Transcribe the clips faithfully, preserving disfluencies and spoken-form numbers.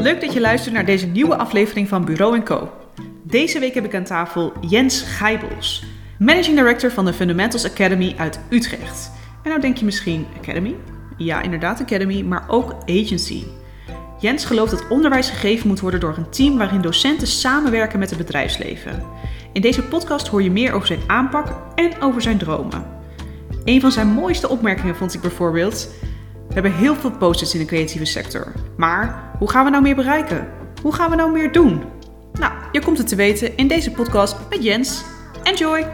leuk dat je luistert naar deze nieuwe aflevering van Bureau en Co. Deze week heb ik aan tafel Jens Geibels, Managing Director van de Fundamentals Academy uit Utrecht. En nou denk je misschien, Academy? Ja, inderdaad Academy, maar ook agency. Jens gelooft dat onderwijs gegeven moet worden door een team waarin docenten samenwerken met het bedrijfsleven. In deze podcast hoor je meer over zijn aanpak en over zijn dromen. Een van zijn mooiste opmerkingen vond ik bijvoorbeeld: we hebben heel veel post-its in de creatieve sector. Maar hoe gaan we nou meer bereiken? Hoe gaan we nou meer doen? Nou, je komt het te weten in deze podcast met Jens. Enjoy!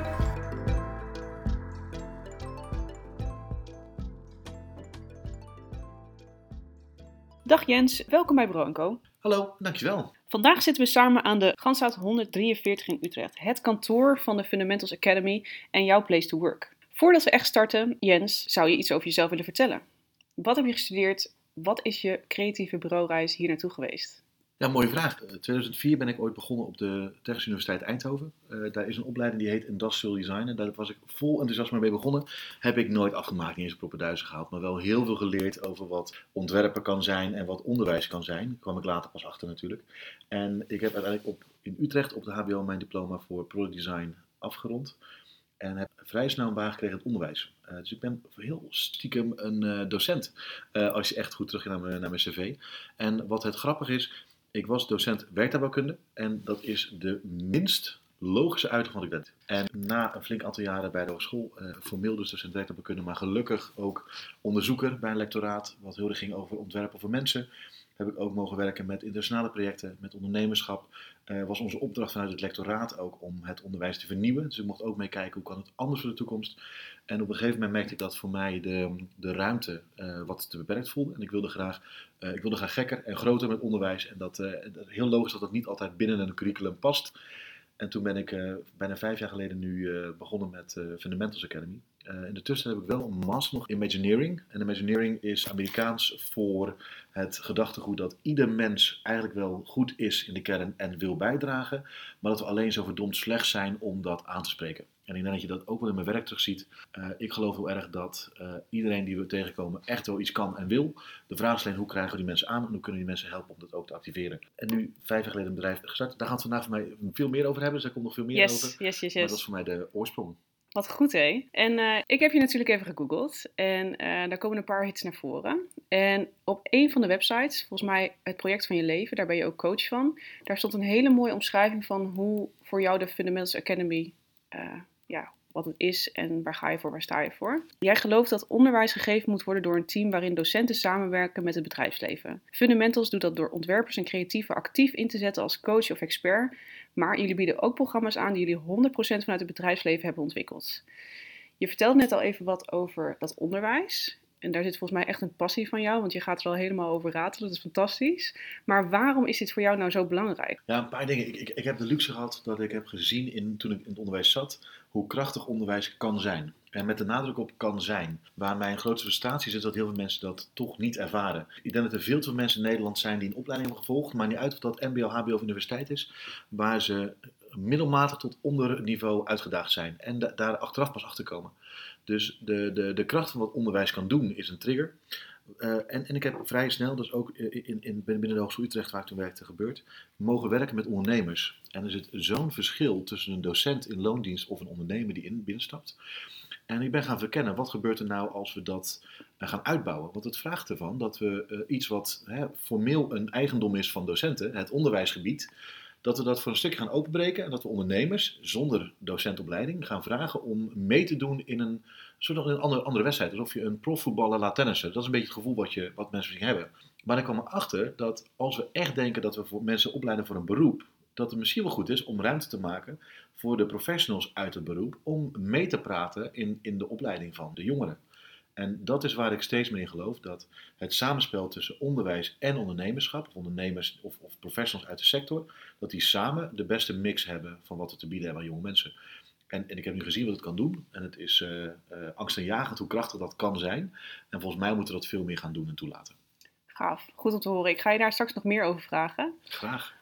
Dag Jens, welkom bij Bureau en Co. Hallo, dankjewel. Vandaag zitten we samen aan de Gansstraat honderddrieënveertig in Utrecht. Het kantoor van de Fundamentals Academy en jouw place to work. Voordat we echt starten, Jens, zou je iets over jezelf willen vertellen? Wat heb je gestudeerd? Wat is je creatieve bureaureis hier naartoe geweest? Ja, mooie vraag. In tweeduizend vier ben ik ooit begonnen op de Technische Universiteit Eindhoven. Uh, daar is een opleiding die heet Industrial Design. En daar was ik vol enthousiasme mee begonnen. Heb ik nooit afgemaakt, niet eens proppenduizen gehaald. Maar wel heel veel geleerd over wat ontwerpen kan zijn en wat onderwijs kan zijn. Daar kwam ik later pas achter natuurlijk. En ik heb uiteindelijk op, in Utrecht op de H B O mijn diploma voor Product Design afgerond. En heb vrij snel een baan gekregen in het onderwijs. Uh, dus ik ben heel stiekem een uh, docent. Uh, als je echt goed terug gaat naar mijn, naar mijn cv. En wat het grappig is, ik was docent werktuigbouwkunde. En dat is de minst logische uiting van wat ik deed. En na een flink aantal jaren bij de hogeschool, uh, formeel dus docent werktuigbouwkunde, maar gelukkig ook onderzoeker bij een lectoraat, wat heel erg ging over ontwerpen voor mensen. Heb ik ook mogen werken met internationale projecten, met ondernemerschap. Uh, was onze opdracht vanuit het lectoraat ook om het onderwijs te vernieuwen. Dus ik mocht ook meekijken hoe kan het anders voor de toekomst. En op een gegeven moment merkte ik dat voor mij de, de ruimte uh, wat te beperkt voelde. En ik wilde graag, uh, ik wilde graag gekker en groter met onderwijs. En dat uh, heel logisch dat dat niet altijd binnen een curriculum past. En toen ben ik uh, bijna vijf jaar geleden nu uh, begonnen met uh, Fundamentals Academy. Uh, in de tussen heb ik wel een master nog Imagineering. En Imagineering is Amerikaans voor het gedachtegoed dat ieder mens eigenlijk wel goed is in de kern en wil bijdragen. Maar dat we alleen zo verdomd slecht zijn om dat aan te spreken. En ik denk dat je dat ook wel in mijn werk terugziet. Uh, ik geloof heel erg dat uh, iedereen die we tegenkomen echt wel iets kan en wil. De vraag is alleen hoe krijgen we die mensen aan en hoe kunnen die mensen helpen om dat ook te activeren. En nu vijf jaar geleden een bedrijf gestart. Daar gaan we het vandaag voor mij veel meer over hebben. Dus daar komt nog veel meer yes, over. Yes, yes, yes. Maar dat is voor mij de oorsprong. Wat goed, hé. En uh, ik heb je natuurlijk even gegoogeld. En uh, daar komen een paar hits naar voren. En op een van de websites, volgens mij het project van je leven, daar ben je ook coach van. Daar stond een hele mooie omschrijving van hoe voor jou de Fundamentals Academy, uh, ja, wat het is en waar ga je voor, waar sta je voor. Jij gelooft dat onderwijs gegeven moet worden door een team waarin docenten samenwerken met het bedrijfsleven. Fundamentals doet dat door ontwerpers en creatieven actief in te zetten als coach of expert. Maar jullie bieden ook programma's aan die jullie honderd procent vanuit het bedrijfsleven hebben ontwikkeld. Je vertelde net al even wat over dat onderwijs. En daar zit volgens mij echt een passie van jou, want je gaat er al helemaal over ratelen. Dat is fantastisch. Maar waarom is dit voor jou nou zo belangrijk? Ja, een paar dingen. Ik, ik, ik heb de luxe gehad dat ik heb gezien in, toen ik in het onderwijs zat, hoe krachtig onderwijs kan zijn. En met de nadruk op kan zijn. Waar mijn grootste frustratie is, is dat heel veel mensen dat toch niet ervaren. Ik denk dat er veel te veel mensen in Nederland zijn die een opleiding hebben gevolgd, maar niet uit of dat M B O, H B O of universiteit is, waar ze middelmatig tot onder niveau uitgedaagd zijn. En da- daar achteraf pas achter komen. Dus de, de, de kracht van wat onderwijs kan doen is een trigger. Uh, en, en ik heb vrij snel, dus ook in, in, binnen de Hogeschool Utrecht waar ik toen werkte gebeurd, mogen werken met ondernemers. En er zit zo'n verschil tussen een docent in loondienst of een ondernemer die in binnenstapt. En ik ben gaan verkennen, wat gebeurt er nou als we dat uh, gaan uitbouwen? Want het vraagt ervan dat we uh, iets wat hè, formeel een eigendom is van docenten, het onderwijsgebied, dat we dat voor een stukje gaan openbreken en dat we ondernemers zonder docentopleiding gaan vragen om mee te doen in een soort van een andere, andere wedstrijd. Alsof je een profvoetballer laat tennissen. Dat is een beetje het gevoel wat, je, wat mensen misschien hebben. Maar ik kwam erachter dat als we echt denken dat we voor mensen opleiden voor een beroep, dat het misschien wel goed is om ruimte te maken voor de professionals uit het beroep om mee te praten in, in de opleiding van de jongeren. En dat is waar ik steeds meer in geloof, dat het samenspel tussen onderwijs en ondernemerschap, of ondernemers of, of professionals uit de sector, dat die samen de beste mix hebben van wat we te bieden hebben aan jonge mensen. En, en ik heb nu gezien wat het kan doen. En het is uh, uh, angstaanjagend hoe krachtig dat kan zijn. En volgens mij moeten we dat veel meer gaan doen en toelaten. Gaaf, goed om te horen. Ik ga je daar straks nog meer over vragen. Graag.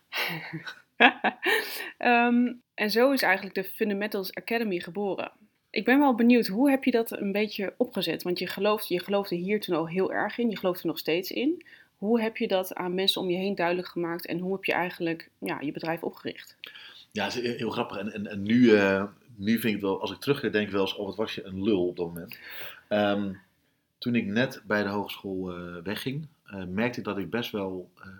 um, en zo is eigenlijk de Fundamentals Academy geboren. Ik ben wel benieuwd, hoe heb je dat een beetje opgezet? Want je, gelooft, je geloofde hier toen al heel erg in, je gelooft er nog steeds in. Hoe heb je dat aan mensen om je heen duidelijk gemaakt en hoe heb je eigenlijk ja, je bedrijf opgericht? Ja, het is heel, heel grappig. En, en, en nu, uh, nu vind ik het wel, als ik terugga, denk ik wel eens, oh wat was je een lul op dat moment. Um, toen ik net bij de hogeschool uh, wegging, uh, merkte ik dat ik best wel uh,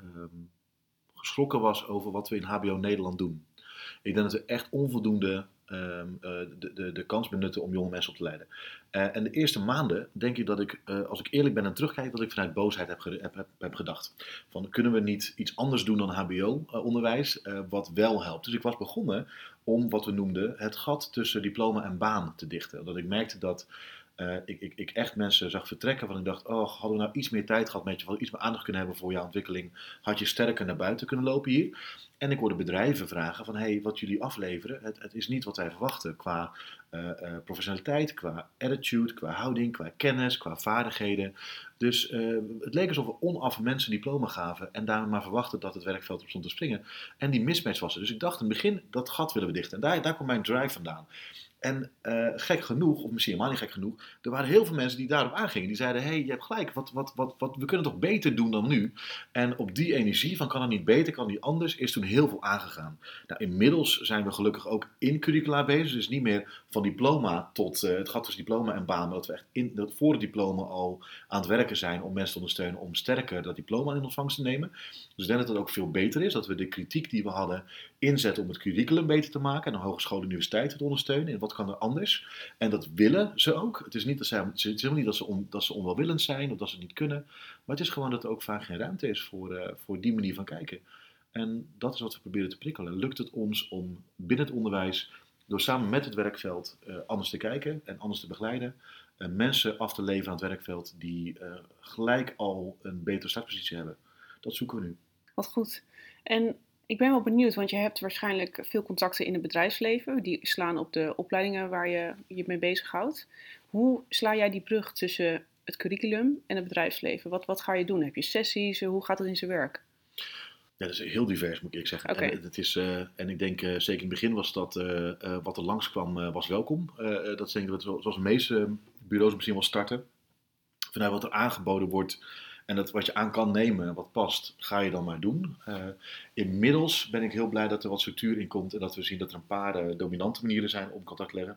geschrokken was over wat we in H B O Nederland doen. Ik denk dat we echt onvoldoende um, uh, de, de, de kans benutten om jonge mensen op te leiden. Uh, en de eerste maanden denk ik dat ik, uh, als ik eerlijk ben en terugkijk, dat ik vanuit boosheid heb, heb, heb, heb gedacht. Van, kunnen we niet iets anders doen dan H B O-onderwijs, uh, wat wel helpt? Dus ik was begonnen om wat we noemden het gat tussen diploma en baan te dichten. Dat ik merkte dat uh, ik, ik, ik echt mensen zag vertrekken, want ik dacht, oh, hadden we nou iets meer tijd gehad met je, hadden we iets meer aandacht kunnen hebben voor jouw ontwikkeling, had je sterker naar buiten kunnen lopen hier. En ik hoorde bedrijven vragen van, hey, wat jullie afleveren, het, het is niet wat wij verwachten qua uh, uh, professionaliteit, qua attitude, qua houding, qua kennis, qua vaardigheden. Dus uh, het leek alsof we onaf mensen een diploma gaven en daarom maar verwachten dat het werkveld op stond te springen. En die mismatch was er. Dus ik dacht in het begin, dat gat willen we dichten. En daar, daar kwam mijn drive vandaan. En uh, gek genoeg, of misschien helemaal niet gek genoeg, er waren heel veel mensen die daarop aangingen. Die zeiden, hé, hey, je hebt gelijk, wat, wat, wat, wat, we kunnen het toch beter doen dan nu? En op die energie van kan het niet beter, kan het niet anders, is toen heel veel aangegaan. Nou, inmiddels zijn we gelukkig ook in curricula bezig. Dus niet meer van diploma tot uh, het gat tussen diploma en baan. Maar dat we echt in, dat voor het diploma al aan het werken zijn om mensen te ondersteunen om sterker dat diploma in ontvangst te nemen. Dus ik denk dat het ook veel beter is. Dat we de kritiek die we hadden inzetten om het curriculum beter te maken. En de hogescholen en universiteiten te ondersteunen. En wat kan er anders? En dat willen ze ook. Het is niet dat, zij, het is helemaal niet dat ze, on, dat ze onwelwillend zijn of dat ze het niet kunnen. Maar het is gewoon dat er ook vaak geen ruimte is voor, uh, voor die manier van kijken. En dat is wat we proberen te prikkelen. Lukt het ons om binnen het onderwijs, door samen met het werkveld uh, anders te kijken en anders te begeleiden, uh, mensen af te leveren aan het werkveld die uh, gelijk al een betere startpositie hebben. Dat zoeken we nu. Wat goed. En ik ben wel benieuwd, want je hebt waarschijnlijk veel contacten in het bedrijfsleven. Die slaan op de opleidingen waar je je mee bezighoudt. Hoe sla jij die brug tussen het curriculum en het bedrijfsleven? Wat, wat ga je doen? Heb je sessies? Hoe gaat het in zijn werk? Ja, dat is heel divers, moet ik zeggen. Okay. En, het is, uh, en ik denk, uh, zeker in het begin was dat, uh, uh, wat er langskwam, uh, was welkom. Uh, dat is denk ik, zoals de meeste bureaus misschien wel starten. Vanuit wat er aangeboden wordt en dat wat je aan kan nemen, wat past, ga je dan maar doen. Uh, inmiddels ben ik heel blij dat er wat structuur in komt en dat we zien dat er een paar uh, dominante manieren zijn om contact te leggen.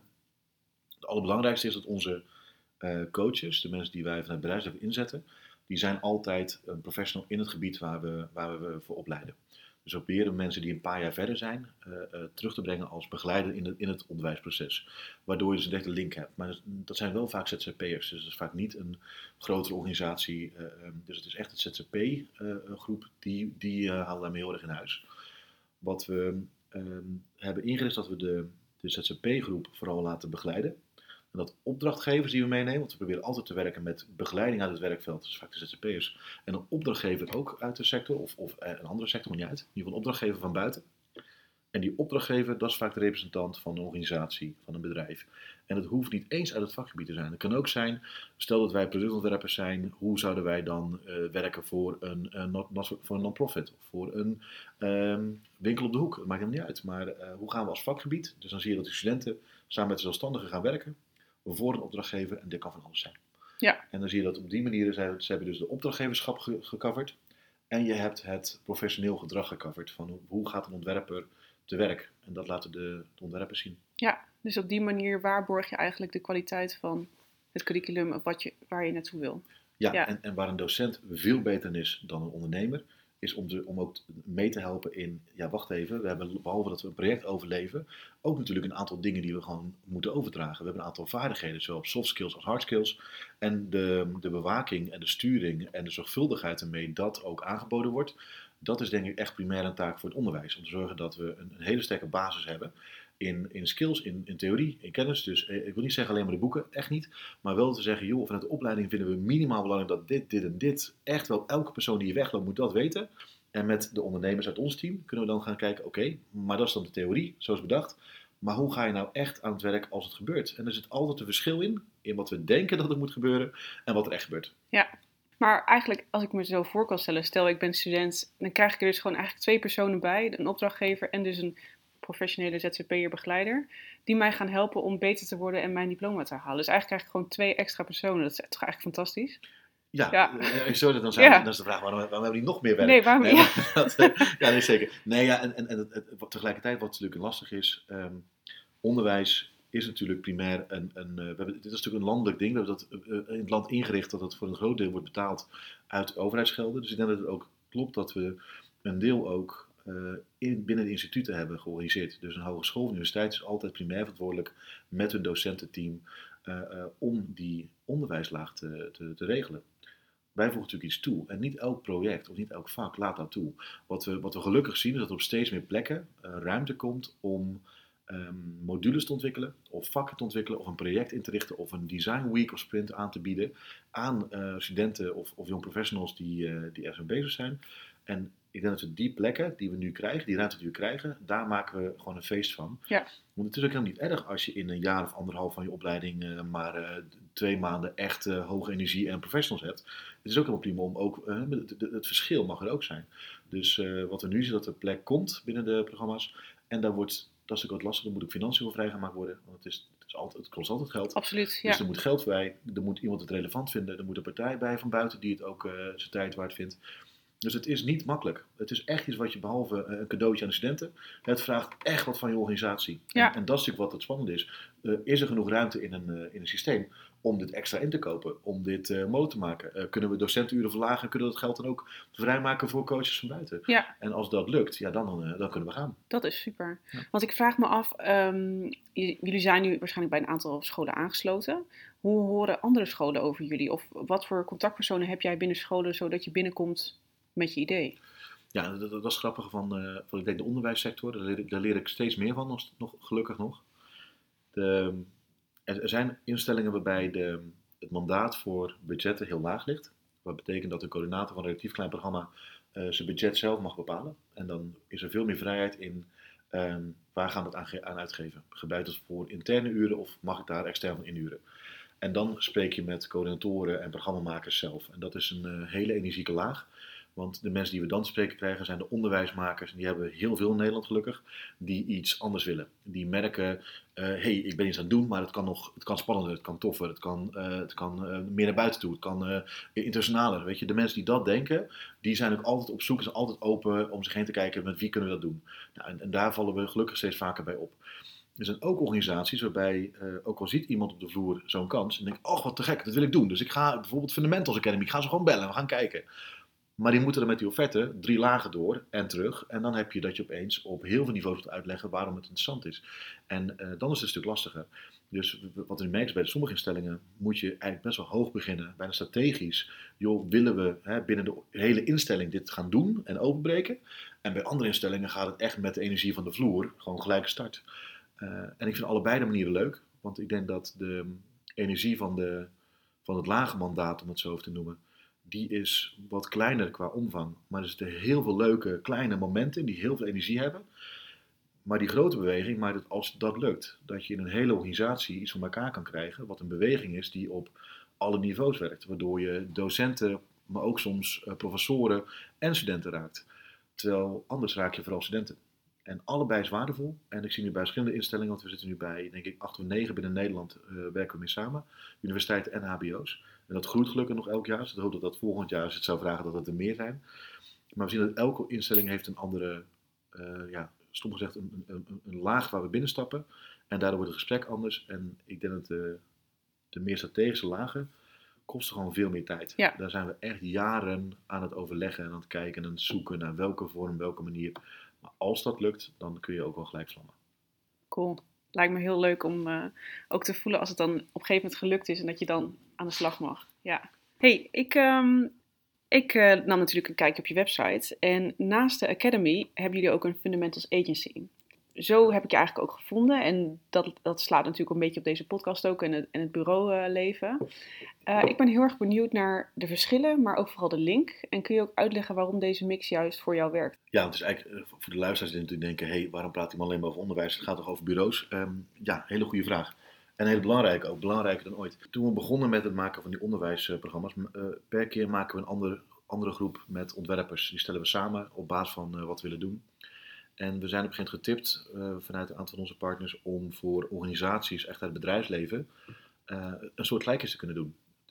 Het allerbelangrijkste is dat onze uh, coaches, de mensen die wij vanuit het bedrijfsleven inzetten, die zijn altijd een professional in het gebied waar we, waar we voor opleiden. Dus we proberen mensen die een paar jaar verder zijn, uh, uh, terug te brengen als begeleider in het, in het onderwijsproces. Waardoor je dus een directe link hebt. Maar dat zijn wel vaak Z Z P'ers, dus dat is vaak niet een grotere organisatie. Uh, dus het is echt het Z Z P-groep, uh, die, die uh, halen daarmee heel erg in huis. Wat we uh, hebben ingericht, dat we de, de Z Z P-groep vooral laten begeleiden. En dat opdrachtgevers die we meenemen, want we proberen altijd te werken met begeleiding uit het werkveld, dus vaak de Z Z P'ers, en een opdrachtgever ook uit de sector, of, of een andere sector, maar niet uit, in ieder geval een opdrachtgever van buiten. En die opdrachtgever, dat is vaak de representant van een organisatie, van een bedrijf. En het hoeft niet eens uit het vakgebied te zijn. Het kan ook zijn, stel dat wij productontwerpers zijn, hoe zouden wij dan uh, werken voor een, uh, not, not, voor een non-profit, of voor een um, winkel op de hoek, dat maakt helemaal niet uit. Maar uh, hoe gaan we als vakgebied, dus dan zie je dat de studenten samen met de zelfstandigen gaan werken, voor een opdrachtgever, en dit kan van alles zijn. Ja. En dan zie je dat op die manier, ze hebben dus de opdrachtgeverschap ge- gecoverd, en je hebt het professioneel gedrag gecoverd, van hoe, hoe gaat een ontwerper te werk. En dat laten de, de ontwerpers zien. Ja, dus op die manier waarborg je eigenlijk de kwaliteit van het curriculum of wat je, waar je naartoe wil. Ja, ja. En, en waar een docent veel beter in is dan een ondernemer, is om, de, om ook mee te helpen in, ja wacht even, we hebben behalve dat we een project overleven, ook natuurlijk een aantal dingen die we gewoon moeten overdragen. We hebben een aantal vaardigheden, zowel op soft skills als hard skills. En de, de bewaking en de sturing en de zorgvuldigheid ermee dat ook aangeboden wordt, dat is denk ik echt primair een taak voor het onderwijs. Om te zorgen dat we een, een hele sterke basis hebben in, in skills, in, in theorie, in kennis. Dus eh, ik wil niet zeggen alleen maar de boeken, echt niet. Maar wel te zeggen, joh, vanuit de opleiding vinden we minimaal belangrijk dat dit, dit en dit, echt wel elke persoon die hier wegloopt moet dat weten. En met de ondernemers uit ons team kunnen we dan gaan kijken, oké, okay, maar dat is dan de theorie, zoals bedacht. Maar hoe ga je nou echt aan het werk als het gebeurt? En er zit altijd een verschil in, in wat we denken dat er moet gebeuren en wat er echt gebeurt. Ja. Maar eigenlijk, als ik me zo voor kan stellen, stel ik ben student, dan krijg ik er dus gewoon eigenlijk twee personen bij, een opdrachtgever en dus een professionele Z Z P'er begeleider, die mij gaan helpen om beter te worden en mijn diploma te halen. Dus eigenlijk krijg ik gewoon twee extra personen. Dat is toch eigenlijk fantastisch? Ja, Ja. uh, sorry, dan, zijn, Ja. dan is de vraag, waarom, waarom hebben we niet nog meer werk? Nee, waarom nee, ja. maar, dat, uh, ja, nee, zeker. Nee, ja, en, en, en het, het, tegelijkertijd wat natuurlijk lastig is, um, onderwijs is natuurlijk primair een, een uh, we hebben, dit is natuurlijk een landelijk ding, we hebben dat uh, in het land ingericht dat het voor een groot deel wordt betaald uit overheidsgelden. Dus ik denk dat het ook klopt dat we een deel ook uh, in, binnen de instituten hebben georganiseerd. Dus een hogeschool of universiteit is altijd primair verantwoordelijk met hun docententeam uh, uh, om die onderwijslaag te, te, te regelen. Wij voegen natuurlijk iets toe en niet elk project of niet elk vak laat dat toe. Wat we, wat we gelukkig zien is dat er op steeds meer plekken uh, ruimte komt om um, modules te ontwikkelen of vakken te ontwikkelen of een project in te richten of een design week of sprint aan te bieden aan uh, studenten of, of young professionals die, uh, die er zo bezig zijn. En ik denk dat we die plekken die we nu krijgen, die ruimte die we krijgen, daar maken we gewoon een feest van. Ja. Want het is ook helemaal niet erg als je in een jaar of anderhalf van je opleiding uh, maar uh, twee maanden echt uh, hoge energie en professionals hebt. Het is ook helemaal prima om ook, uh, het, het verschil mag er ook zijn. Dus uh, wat we nu zien, dat er plek komt binnen de programma's. En daar wordt, dat is natuurlijk wat lastig, er moet ook financiën voor vrijgemaakt worden. Want het, is, het, is altijd, het kost altijd geld. Absoluut, ja. Dus er moet geld bij, er moet iemand het relevant vinden. Er moet een partij bij van buiten die het ook uh, zijn tijd waard vindt. Dus het is niet makkelijk. Het is echt iets wat je behalve een cadeautje aan de studenten, het vraagt echt wat van je organisatie. Ja. En, en dat is natuurlijk wat het spannende is. Uh, is er genoeg ruimte in een, uh, in een systeem om dit extra in te kopen, om dit uh, mogelijk te maken? Uh, kunnen we docentenuren verlagen? Kunnen we dat geld dan ook vrijmaken voor coaches van buiten? Ja. En als dat lukt, ja, dan, uh, dan kunnen we gaan. Dat is super. Ja. Want ik vraag me af, um, j- jullie zijn nu waarschijnlijk bij een aantal scholen aangesloten. Hoe horen andere scholen over jullie? Of wat voor contactpersonen heb jij binnen scholen, zodat je binnenkomt met je idee? Ja, dat, dat is grappig van, uh, van ik denk de onderwijssector. Daar leer, ik, daar leer ik steeds meer van, nog, nog, gelukkig nog. De, er, er zijn instellingen waarbij de, het mandaat voor budgetten heel laag ligt. Wat betekent dat de coördinator van een relatief klein programma uh, zijn budget zelf mag bepalen. En dan is er veel meer vrijheid in um, waar gaan we het aan, aan uitgeven. Gebruik het voor interne uren of mag ik daar extern van inhuren? En dan spreek je met coördinatoren en programmamakers zelf. En dat is een uh, hele energieke laag. Want de mensen die we dan te spreken krijgen zijn de onderwijsmakers. En die hebben heel veel in Nederland gelukkig. Die iets anders willen. Die merken, hé, uh, hey, ik ben iets aan het doen, maar het kan nog, het kan spannender, het kan toffer. Het kan, uh, het kan uh, meer naar buiten toe. Het kan uh, internationaler. Weet je, de mensen die dat denken, die zijn ook altijd op zoek. Zijn altijd open om zich heen te kijken met wie kunnen we dat doen. Nou, en, en daar vallen we gelukkig steeds vaker bij op. Er zijn ook organisaties waarbij, uh, ook al ziet iemand op de vloer zo'n kans. En denkt, oh wat te gek, dat wil ik doen. Dus ik ga bijvoorbeeld Fundamentals Academy, ik ga ze gewoon bellen, we gaan kijken. Maar die moeten er met die offerte drie lagen door en terug. En dan heb je dat je opeens op heel veel niveaus moet uitleggen waarom het interessant is. En uh, dan is het een stuk lastiger. Dus wat u merkt bij sommige instellingen moet je eigenlijk best wel hoog beginnen. Bijna strategisch. Joh, willen we hè, binnen de hele instelling dit gaan doen en openbreken? En bij andere instellingen gaat het echt met de energie van de vloer. Gewoon gelijke start. Uh, en ik vind allebei de manieren leuk. Want ik denk dat de energie van, de, van het lage mandaat, om het zo te noemen, die is wat kleiner qua omvang. Maar er zitten heel veel leuke kleine momenten in die heel veel energie hebben. Maar die grote beweging maakt het als dat lukt. Dat je in een hele organisatie iets van elkaar kan krijgen. Wat een beweging is die op alle niveaus werkt. Waardoor je docenten, maar ook soms uh, professoren en studenten raakt. Terwijl anders raak je vooral studenten. En allebei is waardevol. En ik zie nu bij verschillende instellingen, want we zitten nu bij, denk ik, acht of negen binnen Nederland, uh, werken we mee samen. Universiteiten en H B O's. En dat groeit gelukkig nog elk jaar. Dus ik hoop dat dat volgend jaar, als het zou vragen, dat het er meer zijn. Maar we zien dat elke instelling heeft een andere, uh, ja, stom gezegd, een, een, een laag waar we binnenstappen. En daardoor wordt het gesprek anders. En ik denk dat de, de meer strategische lagen kosten gewoon veel meer tijd. Ja. Daar zijn we echt jaren aan het overleggen en aan het kijken en aan het zoeken naar welke vorm, welke manier. Maar als dat lukt, dan kun je ook wel gelijk vlammen. Cool. Lijkt me heel leuk om uh, ook te voelen als het dan op een gegeven moment gelukt is en dat je dan aan de slag mag. Ja. Hey, ik, um, ik uh, nam natuurlijk een kijkje op je website en naast de Academy hebben jullie ook een Fundamentals Agency. Zo heb ik je eigenlijk ook gevonden en dat, dat slaat natuurlijk een beetje op deze podcast ook en het, en het bureauleven. Uh, ik ben heel erg benieuwd naar de verschillen, maar ook vooral de link. En kun je ook uitleggen waarom deze mix juist voor jou werkt? Ja, het is eigenlijk voor de luisteraars die natuurlijk denken, hé, hey, waarom praat hij maar alleen maar over onderwijs? Het gaat toch over bureaus? Um, ja, hele goede vraag. En een hele belangrijke ook, belangrijker dan ooit. Toen we begonnen met het maken van die onderwijsprogramma's, uh, per keer maken we een andere, andere groep met ontwerpers. Die stellen we samen op basis van uh, wat we willen doen. En we zijn op een gegeven moment getipt uh, vanuit een aantal van onze partners om voor organisaties, echt uit het bedrijfsleven, uh, een soort gelijkjes te kunnen doen.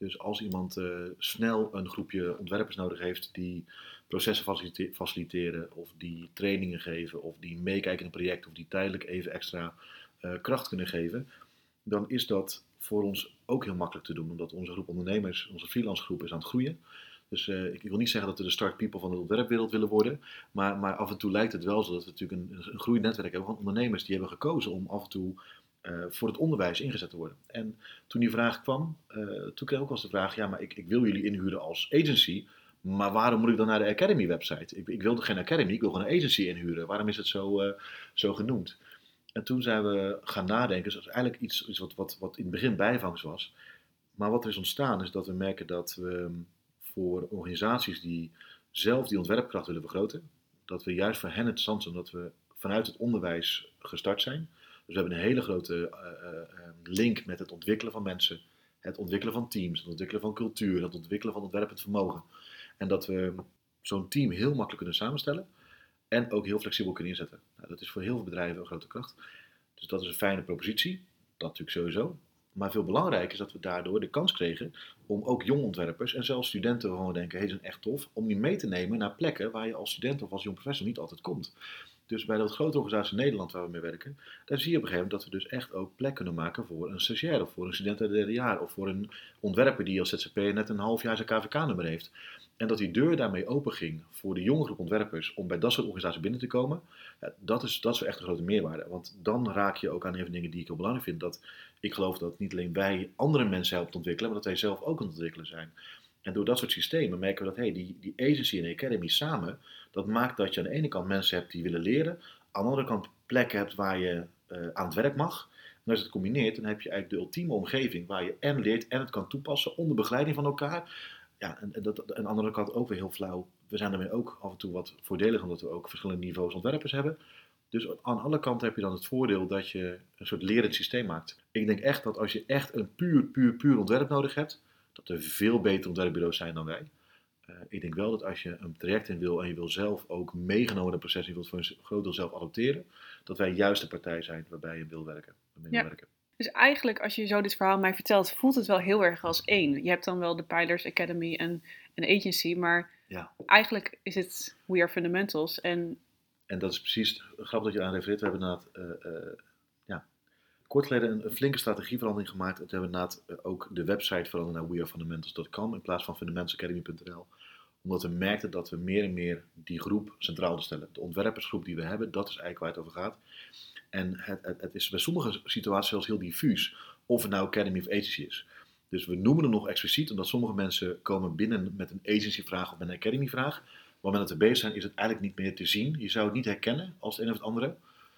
Dus als iemand uh, snel een groepje ontwerpers nodig heeft die processen facilite- faciliteren of die trainingen geven of die meekijken in een project of die tijdelijk even extra uh, kracht kunnen geven, dan is dat voor ons ook heel makkelijk te doen, omdat onze groep ondernemers, onze freelance groep is aan het groeien. Dus uh, ik, ik wil niet zeggen dat we de start people van de ontwerpwereld willen worden, maar, maar af en toe lijkt het wel zo dat we natuurlijk een, een groeiend netwerk hebben van ondernemers die hebben gekozen om af en toe uh, voor het onderwijs ingezet te worden. En toen die vraag kwam, uh, toen kreeg ik ook wel eens de vraag, ja, maar ik, ik wil jullie inhuren als agency, maar waarom moet ik dan naar de Academy website? Ik, ik wilde geen Academy, ik wil gewoon een agency inhuren. Waarom is het zo, uh, zo genoemd? En toen zijn we gaan nadenken, dus dat is eigenlijk iets, iets wat, wat, wat in het begin bijvangst was. Maar wat er is ontstaan is dat we merken dat we voor organisaties die zelf die ontwerpkracht willen vergroten, dat we juist voor hen interessant zijn, omdat we vanuit het onderwijs gestart zijn. Dus we hebben een hele grote uh, uh, link met het ontwikkelen van mensen, het ontwikkelen van teams, het ontwikkelen van cultuur, het ontwikkelen van ontwerpend vermogen. En dat we zo'n team heel makkelijk kunnen samenstellen en ook heel flexibel kunnen inzetten. Nou, dat is voor heel veel bedrijven een grote kracht. Dus dat is een fijne propositie, dat natuurlijk sowieso. Maar veel belangrijker is dat we daardoor de kans kregen om ook jonge ontwerpers en zelfs studenten gewoon denken, hé, hey, zijn echt tof, om die mee te nemen naar plekken waar je als student of als jong professor niet altijd komt. Dus bij de wat grote organisatie in Nederland waar we mee werken, daar zie je op een gegeven moment dat we dus echt ook plek kunnen maken voor een stagiair of voor een student uit het derde jaar of voor een ontwerper die als Z Z P'er net een half jaar zijn K V K-nummer heeft. En dat die deur daarmee open ging voor de jonge groep ontwerpers om bij dat soort organisaties binnen te komen, ja, dat is, dat is echt een grote meerwaarde. Want dan raak je ook aan een van de dingen die ik heel belangrijk vind. Dat ik geloof dat niet alleen wij andere mensen helpen te ontwikkelen, maar dat wij zelf ook aan het ontwikkelen zijn. En door dat soort systemen merken we dat hey, die, die agency en de academy samen, dat maakt dat je aan de ene kant mensen hebt die willen leren, aan de andere kant plekken hebt waar je uh, aan het werk mag. En als je het combineert, dan heb je eigenlijk de ultieme omgeving waar je en leert en het kan toepassen onder begeleiding van elkaar. Ja, en, en dat, aan de andere kant ook weer heel flauw. We zijn daarmee ook af en toe wat voordelig, omdat we ook verschillende niveaus ontwerpers hebben. Dus aan alle kanten heb je dan het voordeel dat je een soort lerend systeem maakt. Ik denk echt dat als je echt een puur, puur, puur ontwerp nodig hebt, dat er veel betere ontwerpbureaus zijn dan wij. Uh, ik denk wel dat als je een traject in wil en je wil zelf ook meegenomen in het proces, je wilt voor een groot deel zelf adopteren, dat wij juist de partij zijn waarbij je wil werken. Ja. Wil werken. Dus eigenlijk, als je zo dit verhaal mij vertelt, voelt het wel heel erg als één. Je hebt dan wel de Pijlers Academy en een agency, maar ja. Eigenlijk is het We Are Fundamentals. En, en dat is precies grappig dat je aan refereert. We hebben inderdaad uh, uh, ja, kort geleden een, een flinke strategieverandering gemaakt. En toen hebben we inderdaad uh, ook de website veranderd naar we are fundamentals dot com in plaats van fundamentals academy punt n l. Omdat we merkten dat we meer en meer die groep centraal willen stellen. De ontwerpersgroep die we hebben, dat is eigenlijk waar het over gaat. En het, het, het is bij sommige situaties zelfs heel diffuus of het nou academy of agency is. Dus we noemen het nog expliciet, omdat sommige mensen komen binnen met een agency vraag of met een academy vraag. Maar op het moment dat we bezig zijn, is het eigenlijk niet meer te zien. Je zou het niet herkennen als het een of het andere.